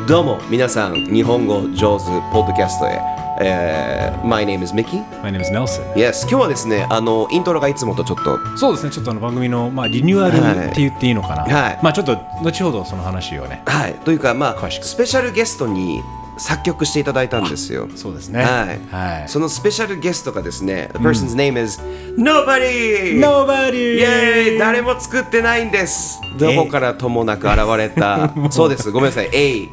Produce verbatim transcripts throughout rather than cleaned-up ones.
どうも皆さん、日本語上手ポッドキャストへ、えー、My name is Mickey. My name is Nelson. Yes, 今日はですね、あのイントロがいつもとちょっとそうですね、ちょっとあの番組の、まあ、リニューアルって言っていいのかな、 はいまあちょっと後ほどその話をね。 はいというかまあ詳しくスペシャルゲストに作曲していただいたんですよ。 そうですね。 はいはい。 そのスペシャルゲストがですね、The person's name is Nobody! Nobody! イエーイ誰も作ってないんです。どこからともなく現れたそうです、ごめんなさい A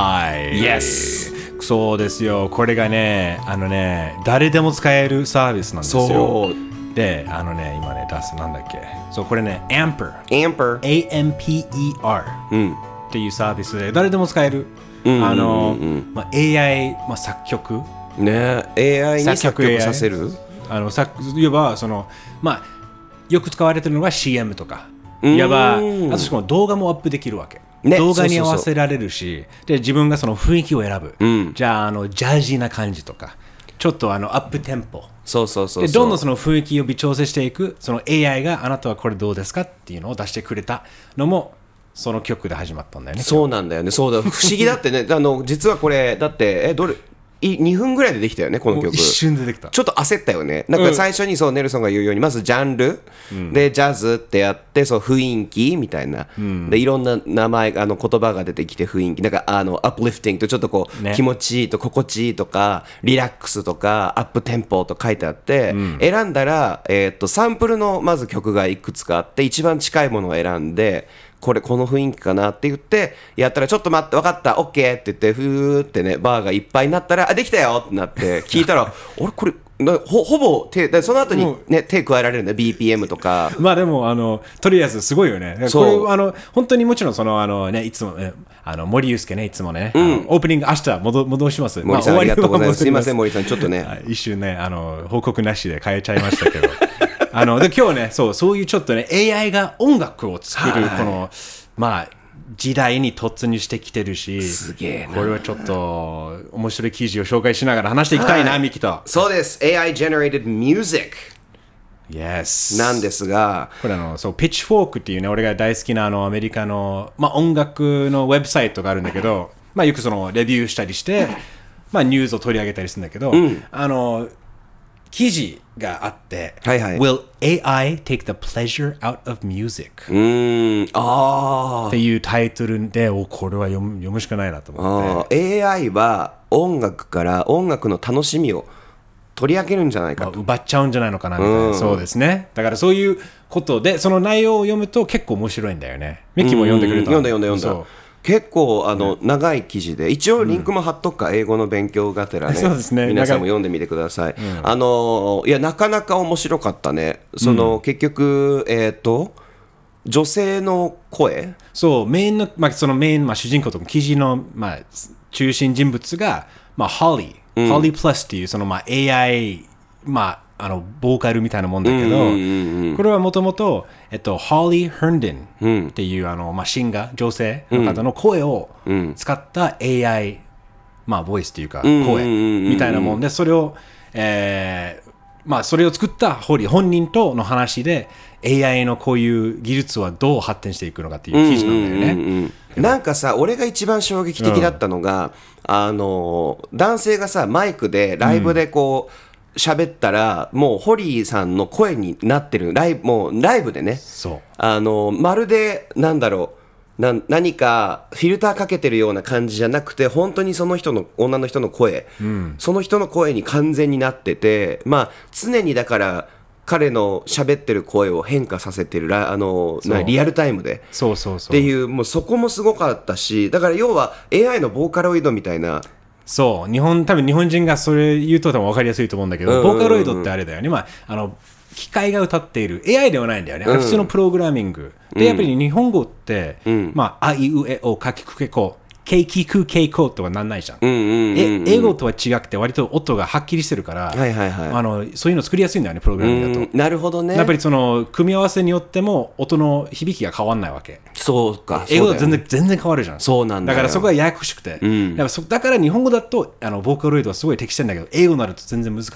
I Yes そうですよ。これがね、あのね、誰でも使えるサービスなんですよ。 そうで、あのね、今ね、出す、なんだっけ。そう、これね、Amper。 Amper A M P E R、うん、っていうサービスで、誰でも使える。うん、あの、まあ、エーアイ、まあ、作曲。 ね、エーアイ に作曲させる。 あの、さいわば、その、まあ、よく使われてるのが シーエム とか。いわば、あとしかも動画もアップできるわけ。ね、動画に合わせられるし、そうそうそうで自分がその雰囲気を選ぶ、うん、じゃあ、あのジャージーな感じとかちょっとあのアップテンポ、 そうそうそうそうでどんどんその雰囲気を微調整していく、その エーアイ があなたはこれどうですかっていうのを出してくれたのもその曲で始まったんだよね。 そうなんだよね。そうだ、不思議だってねあの実はこれだってえどれにふんぐらいでできたよね、この曲。 一瞬でできた。 ちょっと焦ったよね。なんか最初にそうネルソンが言うように、まずジャンル、うん、でジャズってやって、そう雰囲気みたいな、うん、でいろんな名前あの言葉が出てきて、雰囲気なんかあのアップリフティングとちょっとこう、ね、気持ちいいと心地いいとかリラックスとかアップテンポと書いてあって、うん、選んだら、えー、っとサンプルのまず曲がいくつかあって、一番近いものを選んで、これこの雰囲気かなって言ってやったら、ちょっと待って分かった OK って言って、ふーってねバーがいっぱいになったら、あできたよってなって聞いたら俺これほ, ほぼ手でその後に、ね、手加えられるんだよ ビーピーエム とか。 まあでもあのとりあえずすごいよね。これあの本当にもちろんそのあのねいつもねあの森祐介ねいつもね、うん、あのオープニング明日戻戻します。 森さん、まあ、ありがとうございます。すいません森さんちょっとね一瞬ねあの報告なしで変えちゃいましたけどあので今日ねそうそういうちょっとね エーアイ が音楽を作るこの、はい、まあ時代に突入してきてるし、 すげえな。 これはちょっと面白い記事を紹介しながら話していきたいな、はい、ミキと。 そうです エーアイ generated music Yes なんですが、 これあのそうピッチフォークっていうね俺が大好きなあのアメリカの、まあ、音楽のウェブサイトがあるんだけど、まあ、よくそのレビューしたりして、まあ、ニュースを取り上げたりするんだけど、うん、あの記事があって、 はいはい、 Will エーアイ take the pleasure out of music? うーんあっていうタイトルで、おこれは読む、読むしかないなと思って。 エーアイ は音楽から音楽の楽しみを取り上げるんじゃないかと、 まあ、奪っちゃうんじゃないのかなみたいな、うん、そうですね。だからそういうことでその内容を読むと結構面白いんだよね。ミッキーも読んでくれた。 読んだ読んだ読んだ。結構あの、ね、長い記事で、一応リンクも貼っとくか、うん、英語の勉強がてらね、 そうですね、 皆さんも読んでみてください、うん、あのいやなかなか面白かったね。その、うん、結局えっ、ー、と女性の声、 そうメインの、まあ、そのメイン、まあ、主人公とか記事の、まあ、中心人物が、まあ、ホリー、ホリープラスっていうその、まあ、エーアイ、まああのボーカルみたいなもんだけど、うんうんうん、これはもともとホリー・ヘンデンっていう、うん、あのまあ、シンガー女性の方の声を使った エーアイ、まあ、ボイスっていうか声みたいなもんで、それを、えーまあ、それを作ったホリー本人との話で エーアイ のこういう技術はどう発展していくのかっていう記事なんだよね、うんうんうん、 なんかさ俺が一番衝撃的だったのが、うん、あの男性がさマイクでライブでこう、うん喋ったらもうホリーさんの声になってるライブ、もうライブでね、 そうあのまるでなんだろうな、何かフィルターかけてるような感じじゃなくて、本当にその人の女の人の声、うん、その人の声に完全になってて、まあ常にだから彼の喋ってる声を変化させてるあのなリアルタイムでそうそうそうっていう、もうそこもすごかったし、だから要は エーアイ のボーカロイドみたいな。 そう日本多分日本人がそれ言うと多分分かりやすいと思うんだけど、うんうんうん、ボーカロイドってあれだよね、まあ、あの機械が歌っている エーアイ ではないんだよね、うん、普通のプログラミングで、やっぱり日本語って、うんまあ、あいうえおかきくけこけいきくけいことかなんないじゃん、うんうんうんうん、え英語とは違くて割と音がはっきりしてるから、はいはいはい、あのそういうの作りやすいんだよねプログラミングだと。 なるほどね。 やっぱりその組み合わせによっても音の響きが変わんないわけ。 そうか、 英語と全然、全然変わるじゃん。 そうなんだよ。 だからそこがややこしくて、うん、だからそだから日本語だとあのボーカロイドはすごい適してるんだけど、英語になると全然難し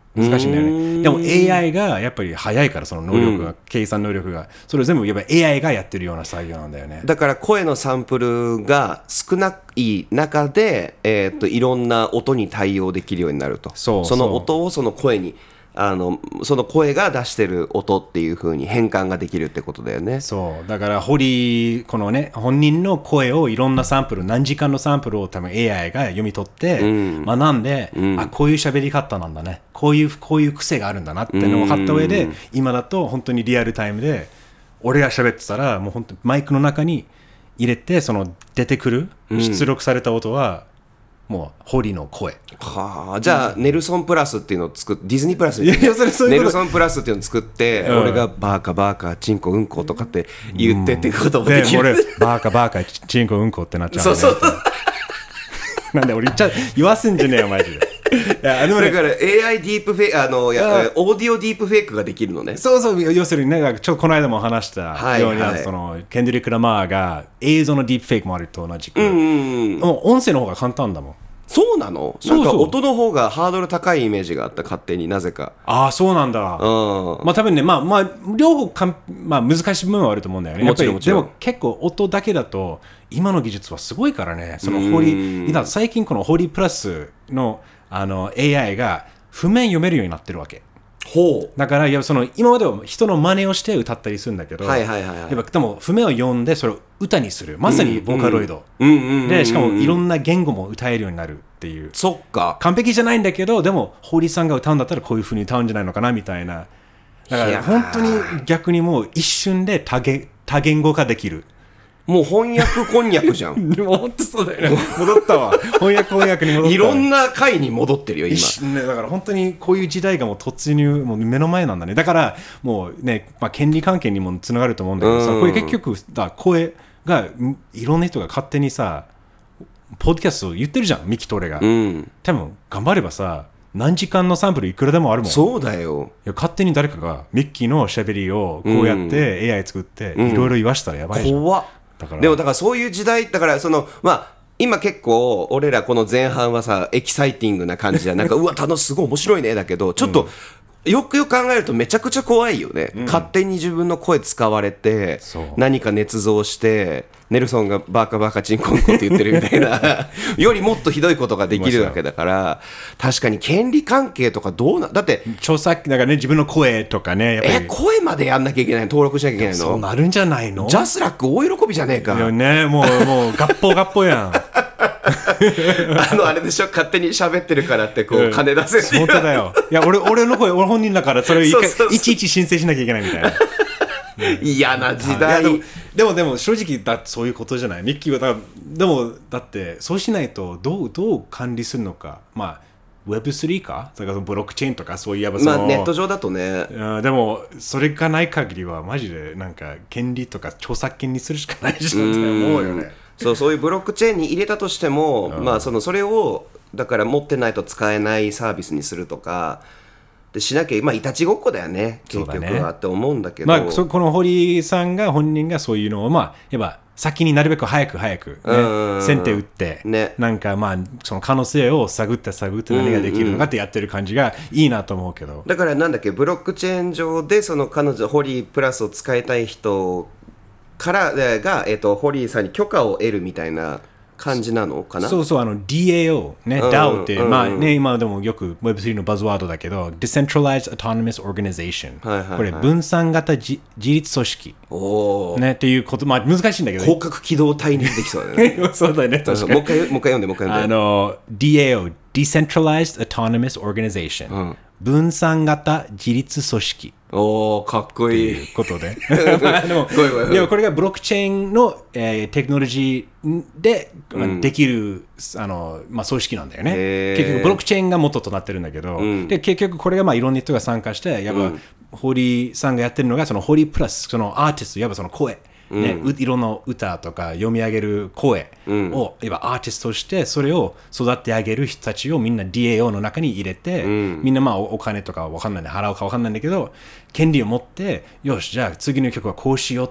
難しいんだよね。でも エーアイ がやっぱり早いから、その能力が、うん、計算能力が、それを全部やっぱ エーアイ がやってるような作業なんだよね。 だから声のサンプルが少ない中で、えー、っといろんな音に対応できるようになると。 そうそう、 その音をその声にあのその声が出してる音っていう風に変換ができるってことだよね。 そうだから堀このね本人の声をいろんなサンプル、何時間のサンプルを多分 エーアイ が読み取って、うん、学んで、うん、あこういう喋り方なんだね、こういうこういう癖があるんだなってのを分かった上で、うん、今だと本当にリアルタイムで俺が喋ってたらもう本当にマイクの中に入れて、その出てくる出力された音は、うんもうホリの声。 はあ、じゃあ、うん、ネルソンプラスっていうのを作って、ディズニープラスみたいな、いやそれそういうネルソンプラスっていうのを作って、うん、俺がバーカバーカチンコうんことかって言ってっていうこともできる、 うん、で俺バーカバーカチンコうんこってなっちゃう、ね、そうそうなんで俺言っちゃ言わすんじゃねえよマジで。 いやでもね、だから エーアイ ディープフェイク、あのやオーディオディープフェイクができるのね。 そうそう、要するにね、ちょっとこの間も話したように、はいはい、そのケンドリック・ラマーが映像のディープフェイクもあると同じく、うんうんうん、もう音声の方が簡単だもん。 そうなの？なんか音の方がハードル高いイメージがあった、勝手になぜか。 ああそうなんだ。うん、まあ多分ね、まあまあ両方かん、まあ、難しい部分はあると思うんだよね。 もちろんもちろん。 でも結構音だけだと今の技術はすごいからね。そのホリだ最近このホリプラスのあの エーアイ が譜面読めるようになってるわけ。 ほう。 だからいやその今までは人の真似をして歌ったりするんだけど、 はいはいはいはい、 やっぱでも譜面を読んでそれを歌にする、まさにボーカロイド、うんうん、でしかもいろんな言語も歌えるようになるっていう。 そっか。 完璧じゃないんだけど、でも堀さんが歌うんだったらこういう風に歌うんじゃないのかなみたいな。だから本当に逆にもう一瞬で多言、多言語化できる。 もう翻訳こんにゃくじゃん。 もう本当そうだよね。戻ったわ。翻訳翻訳に戻った。 いろんな回に戻ってるよ今。 ね、だから本当にこういう時代がもう突入もう目の前なんだね。だからもうね、まあ、権利関係にもつながると思うんだけどさ、これ結局だ声がいろんな人が勝手にさ、ポッドキャストを言ってるじゃん、ミキと俺が。うん、多分頑張ればさ。何時間のサンプルいくらでもあるもん。 そうだよ。 いや勝手に誰かがミッキーのしゃべりをこうやって エーアイ 作っていろいろ言わしたらやばいじゃん、うん、 怖っ。だからでもだからそういう時代だからそのまあ今結構俺らこの前半はさエキサイティングな感じでなんかうわ楽しいすごい面白いねだけどちょっと、うん、よくよく考えるとめちゃくちゃ怖いよね、うん、勝手に自分の声使われて何か捏造してネルソンがバカバカチンコンコって言ってるみたいなよりもっとひどいことができるわけだから確かに権利関係とかどうなだって著作だからね自分の声とかねやっぱりえ声までやんなきゃいけない登録しなきゃいけないのそうなるんじゃないの。 ジャスラック大喜びじゃねえか。 いやねもうもうガッポガッポやんあのあれでしょ勝手に喋ってるからってこう、うん、金出せって本当だよ。いや俺俺の声俺本人だからそれをいちいち申請しなきゃいけないみたいな嫌な時代。 でもでもでも正直だそういうことじゃない。ミッキーはだでもだってそうしないとどうどう管理するのか。まあ ウェブスリー かだからブロックチェーンとかそういえばその、 まあ、ネット上だとね。 でもそれがない限りはマジでなんか権利とか著作権にするしかないじゃんって思うよね。 そうそういうブロックチェーンに入れたとしても、まあそのそれをだから持ってないと使えないサービスにするとか。でしなきゃまあいたちごっこだよね結局はって思うんだけど、 まあ、そこの堀さんが本人がそういうのをまあやっぱ先になるべく早く早く、ね、先手打って、ね、なんかまあその可能性を探って探って何ができるのかってやってる感じがいいなと思うけど、 だからなんだっけブロックチェーン上でその彼女堀プラスを使いたい人からが、えー、と堀さんに許可を得るみたいな感じなのかな。 そうそうあの ディーエーオー ね、うん、ダオ って、うんまあね、今でもよく ウェブスリー のバズワードだけど Decentralized Autonomous Organization、はいはいはい、これ分散型自立組織お、ね、っていうこと、まあ、難しいんだけど広角機動隊に出てきそうだねそうだね確かにもう一回もう一回読んでもう一回読んであの ディーエーオー Decentralized Autonomous Organization、うん、分散型自立組織おーかっこいいということででもでもこれがブロックチェーンの、えー、テクノロジーで、うん、できるあの、まあ、組織なんだよね。結局ブロックチェーンが元となってるんだけど、うん、で結局これがまあいろんな人が参加してやっぱ、うん、堀さんがやってるのがその堀プラスそのアーティストやっぱその声ね、うん、いろんな歌とか読み上げる声を、うん、アーティストとしてそれを育て上げる人たちをみんな ディーエーオー の中に入れて、うん、みんなまあお金とかわかんないんで払うかわかんないんだけど権利を持ってよしじゃあ次の曲はこうしようとか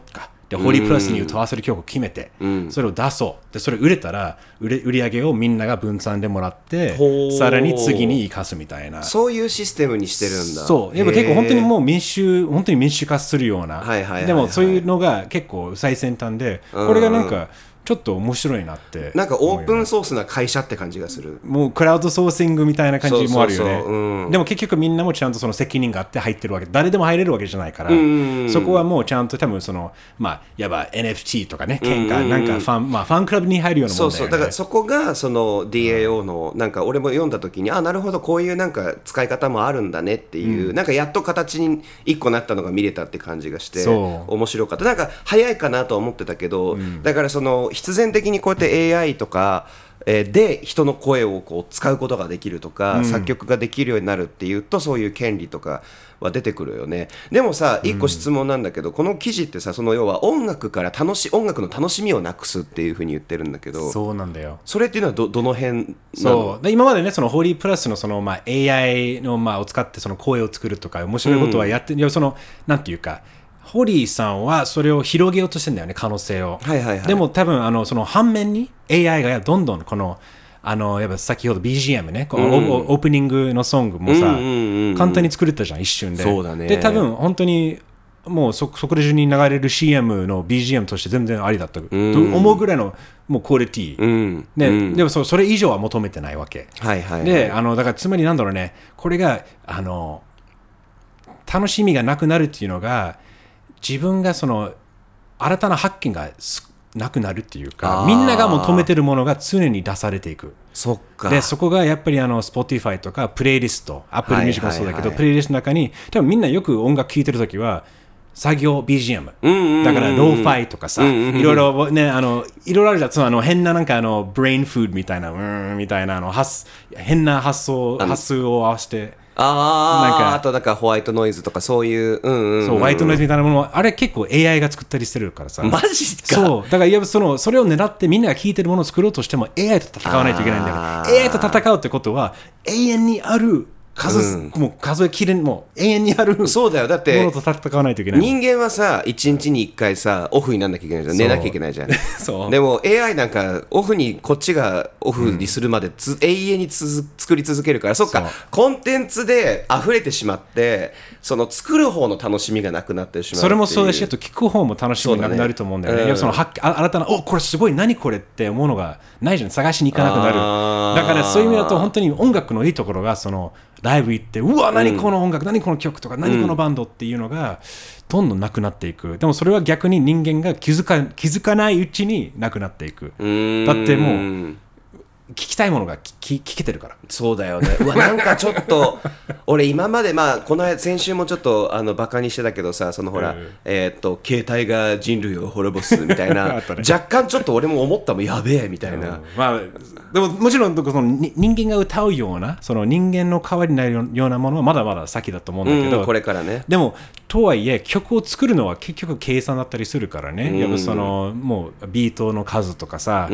で、ホーリープラスに歌わせる曲を決めて、うん、それを出そう。で、それ売れたら売れ、売り上げをみんなが分散でもらって、さらに次に生かすみたいな。 そういうシステムにしてるんだ。 そう。やっぱ結構本当にもう民主、本当に民主化するような。はいはいはいはい、でもそういうのが結構最先端で、これがなんか、ちょっと面白いなってなんかオープンソースな会社って感じがする。 もうクラウドソーシングみたいな感じもあるよね。そうそうそう、うん、でも結局みんなもちゃんとその責任があって入ってるわけ、誰でも入れるわけじゃないから、うんうんうん、そこはもうちゃんと多分そのまあいわば エヌエフティー とかね、喧嘩、うんうん、なんかファン、まあファンクラブに入るようなもんだよね。そうそう、だからそこがその ディーエーオー のなんか俺も読んだ時に、あ、なるほどこういうなんか使い方もあるんだねっていう、うん、なんかやっと形に一個なったのが見れたって感じがして面白かった。なんか早いかなとは思ってたけど、うん、だからその必然的にこうやって エーアイ とかで人の声をこう使うことができるとか、うん、作曲ができるようになるっていうと、そういう権利とかは出てくるよね。でもさ、一個質問なんだけど、うん、この記事ってさ、その要は音楽から楽し音楽の楽しみをなくすっていうふうに言ってるんだけど、 そうなんだよ。 それっていうのは ど, どの辺なの？ そうで今までね、そのホーリープラスのそのまあ エーアイ のまあを使ってその声を作るとか面白いことはやって、うん、いやそのなんていうか。ホリーさんはそれを広げようとしてるんだよね、可能性を。はいはいはい、でも多分あのその反面に エーアイ がどんどんこのあのやっぱ先ほど ビージーエム ね、この オ,、うん、オープニングのソングもさ、うんうんうんうん、簡単に作れたじゃん一瞬で。そうだね。で多分本当にもう そ, そこで中に流れる シーエム の ビージーエム として全然ありだったと思うぐらいのもうクオリティ、うんねうん、でも そ, それ以上は求めてないわけ、はいはいはい、であのだからつまりなんだろうね、これがあの楽しみがなくなるっていうのが、自分がその新たな発見がなくなるっていうか、みんなが求めてるものが常に出されていく。そっか。でそこがやっぱりあの Spotify とかプレイリスト、Apple Music もそうだけど、はいはいはい、プレイリストの中に多分みんなよく音楽聴いてるときは作業 ビージーエム、うんうんうん、だからローファイとかさ、うんうんうん、いろいろね、あのいろいろあるじゃん。そのあの変ななんかあのブレインフードみたいな、うーんみたいなあの発変な発想発数を合わせて。 あなんかあとなんかホワイトノイズとかそういう、うんうんうん、 そうホワイトノイズみたいなもの、あれ結構 エーアイ が作ったりしてるからさ。 マジか。 そうだからいやそのそれを狙ってみんなが聴いてるものを作ろうとしても エーアイ と戦わないといけないんだよ。エーアイ と戦うってことは永遠にある数、うん、もう数えきれん、もう永遠にある。 そうだよ。だってものと戦わないといけない。 人間はさいちにちにいっかいさオフになんなきゃいけないじゃん。寝なきゃいけないじゃん。そうでも エーアイ なんかオフにこっちがオフにするまでつ、うん、永遠につ作り続けるから。そっか、コンテンツで溢れてしまってその作る方の楽しみがなくなってしまう。 それもそうだし、あと聞く方も楽しみなくなると思うんだよね。そ、ねうん、そのは新たなおこれすごい何これって思うのがないじゃん。探しに行かなくなる。だからそういう意味だと本当に音楽のいいところがそのライブ行ってうわ何この音楽、うん、何この曲とか何このバンドっていうのがどんどんなくなっていく。でもそれは逆に人間が気づか、気づかないうちになくなっていく。だってもう聞きたいものが聞けてるから。 そうだよね。うわなんかちょっと俺今までまあこの間先週もちょっとあのバカにしてたけどさ、そのほら、うん、えっと携帯が人類を滅ぼすみたいな、ね、若干ちょっと俺も思ったもん、やべえみたいな、うん、まあでももちろんその人間が歌うようなその人間の代わりになるようなものはまだまだ先だと思うんだけど、 うん、これからね。 でもとはいえ曲を作るのは結局計算だったりするからね、うん、やっぱそのもうビートの数とかさ、うん、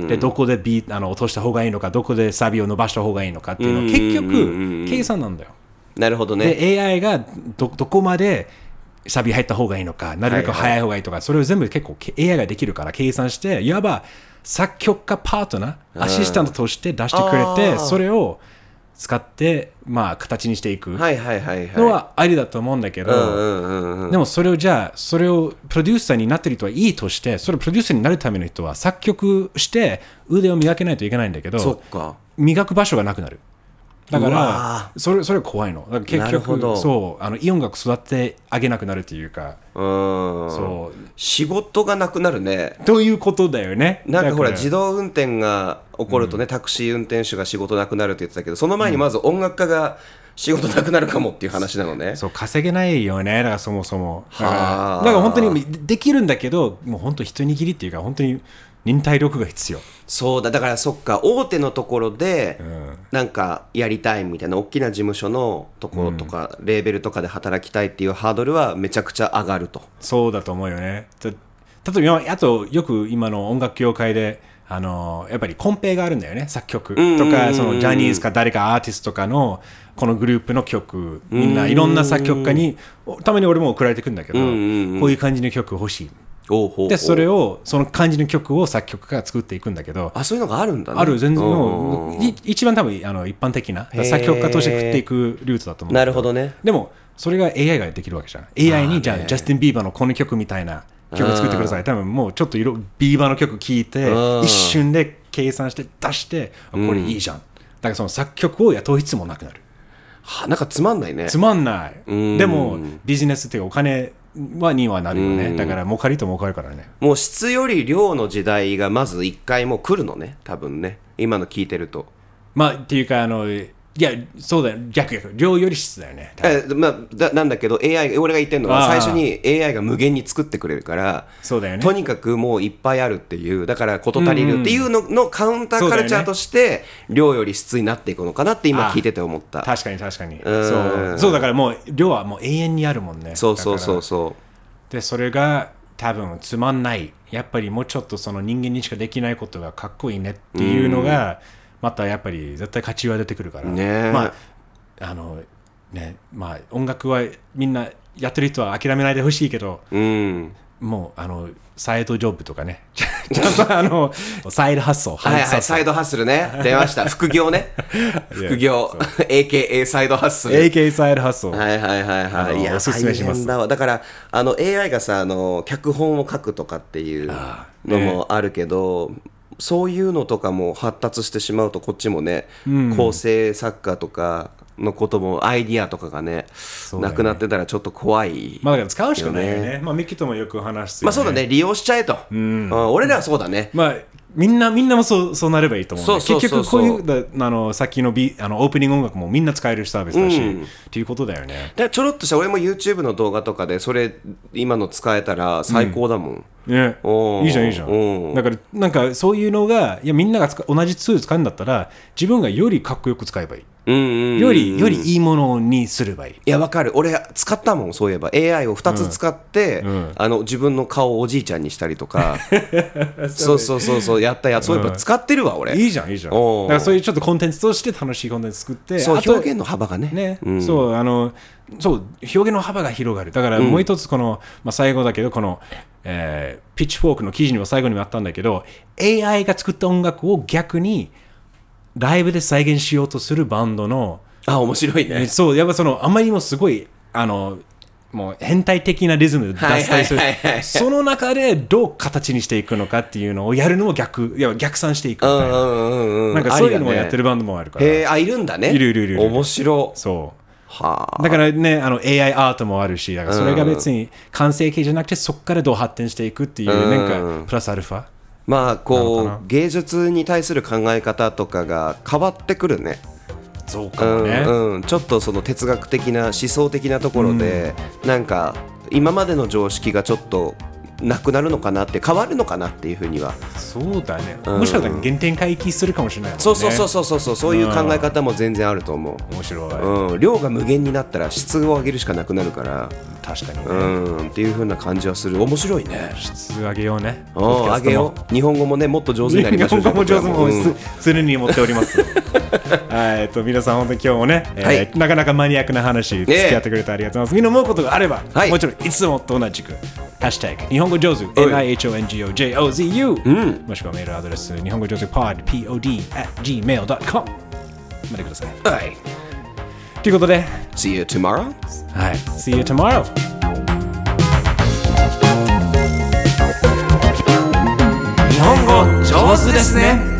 でどこでビーあの落とした方がいいのか、どこでサビを伸ばした方がいいのかっていうのは結局計算なんだよ。 なるほどね。 で エーアイ が ど, どこまでサビ入った方がいいのか、なるべく早い方がいいとか、はいはい、それを全部結構 エーアイ ができるから計算して、いわば作曲家パートナーアシスタントとして出してくれて、それを使ってまあ形にしていくのはありだと思うんだけど、でもそれをじゃあそれをプロデューサーになってる人はいいとして、それをプロデューサーになるための人は作曲して腕を磨けないといけないんだけど、そっか磨く場所がなくなる。だからそれそれは怖いの。だから結局そうあのいい音楽育てあげなくなるというか、うんそう仕事がなくなるね。 ということだよね。 なんかほら自動運転が起こるとね、うん、タクシー運転手が仕事なくなるって言ってたけど、その前にまず音楽家が仕事なくなるかもっていう話なのね。 そう稼げないよね。だからそもそもだから、だから本当にできるんだけど、もう本当一握りっていうか本当に忍耐力が必要。 そうだ。だからそっか、大手のところでなんかやりたいみたいな大きな事務所のところとか、うん、レーベルとかで働きたいっていうハードルはめちゃくちゃ上がると。 そうだと思うよね。例えばあとよく今の音楽業界であのやっぱりコンペがあるんだよね。作曲とかそのジャニーズか誰かアーティストとかのこのグループの曲、みんないろんな作曲家にたまに俺も送られてくるんだけど、こういう感じの曲欲しい。 おうほうほうでそれをその感じの曲を作曲家が作っていくんだけど、 あそういうのがあるんだね。 ある全然もうい一番多分あの一般的な作曲家として食っていくルートだと思う。 なるほどね。 でもそれが エーアイ ができるわけじゃん。 エーアイ にじゃあジャスティン・ビーバーのこの曲みたいな曲作ってください。多分もうちょっと色ビーバーの曲聴いて一瞬で計算して出してこれいいじゃん。だからその作曲を雇う必要もなくなる。 はあ、なんかつまんないね。 つまんない。でもビジネスっていうお金はにはなるよね。だから儲かりと儲かるからね。 もう質より量の時代がまず一回もう来るのね、多分ね、今の聞いてると。 まあっていうかあのいやそうだよ、逆逆量より質だよね。 えまあ、だなんだけど エーアイ 俺が言ってるのは最初に エーアイ が無限に作ってくれるから、 そうだよね、 とにかくもういっぱいあるっていう、だから事足りるっていうののカウンターカルチャーとして量より質になっていくのかなって今聞いてて思った。 確かに確かに、そうそうだからもう量はもう永遠にあるもんね。 そうそうそうそう。 でそれが多分つまんない、やっぱりもうちょっとその人間にしかできないことがかっこいいねっていうのがまたやっぱり絶対価値は出てくるから、 ね、 まああのね、まあ音楽はみんなやってる人は諦めないでほしいけど、 うん、 もうあのサイドジョブとかねちゃんとあのサイドハッスル、 はいはい、サイドハッスルね、出ました副業ね副業エーケーエー サイドハッスルエーケーエー サイドハッスル、 はいはいはいはい、いやおすすめします。だからあの エーアイ がさあの脚本を書くとかっていうのもあるけど、ね、そういうのとかも発達してしまうとこっちもね、うん、構成作家とかのこともアイディアとかが ね, ねなくなってたらちょっと怖い、 まあだから使うしかないよね。まあミキともよく話すよね。 まあそうだね、利用しちゃえと、うん、俺らはそうだね。 まあみんなみんなもそうそうなればいいと思う、ね、 そうそうそうそう。 結局こういうあのさっきのビあのオープニング音楽もみんな使えるサービスだし、うん、っていうことだよね。 だちょろっとした俺も YouTube の動画とかでそれ今の使えたら最高だもん、 うんね、いいじゃんいいじゃん。だからなんかそういうのがいやみんなが使同じツール使うんだったら自分がよりかっこよく使えばいい、うんうんうんうん、よりよりいいものにすればいい。 いやわかる、俺使ったもんそういえば エーアイ をふたつ使って、うんうん、あの自分の顔をおじいちゃんにしたりとかそうそうそうそうやったやつ、そういえば使ってるわ俺。 いいじゃんいいじゃん。だからそういうちょっとコンテンツとして楽しいコンテンツ作って、 そう表現の幅がねね、うん、そうあのそう表現の幅が広がる。だからもう一つこの、まあ、最後だけどこの、えー、ピッチフォークの記事には最後にもあったんだけど エーアイ が作った音楽を逆にライブで再現しようとするバンドの、 あ面白いね。 そうやっぱそのあまりにもすごいあのもう変態的なリズムで出したりする、その中でどう形にしていくのかっていうのをやるのも逆いや逆算していくみたいな、うんうんうん、なんかそういうのもやってるバンドもあるから。 へえ、あいるんだね。 いるいるいるいる。 面白。 そうはあ、だからねあの エーアイ アートもあるし、だからそれが別に完成形じゃなくてそこからどう発展していくっていう、うん、なんかプラスアルファ、 まあこう芸術に対する考え方とかが変わってくるね。 そうかもね、 うんうん、ちょっとその哲学的な思想的なところで、うん、なんか今までの常識がちょっとなくなるのかなって変わるのかなっていうふうには。 そうだね、うん、むしろ原点回帰するかもしれないもんね。 そうそうそうそうそうそういう考え方も全然あると思う。 面白い、 うん、量が無限になったら質を上げるしかなくなるから。 確かにね、 うん、っていう風な感じはする。面白いね。 質上げようね。 上げよう。日本語もねもっと上手になりましょう。 日本語も上手も、うん、常に持っておりますはい、と皆さん本当に今日もね、えーはい、なかなかマニアックな話付き合ってくれてありがとうございます。みんな思うことがあれば、はい、もちろんいつもと同じくハッシュタグ日本語上手 エヌアイエイチオエヌジーオージェイオーゼットユー、うん、もしくはメールアドレス日本語上手 pod アット ジーメールドットコム までください。 はい。 ということで See you tomorrow。 はい See you tomorrow。 日本語上手ですね。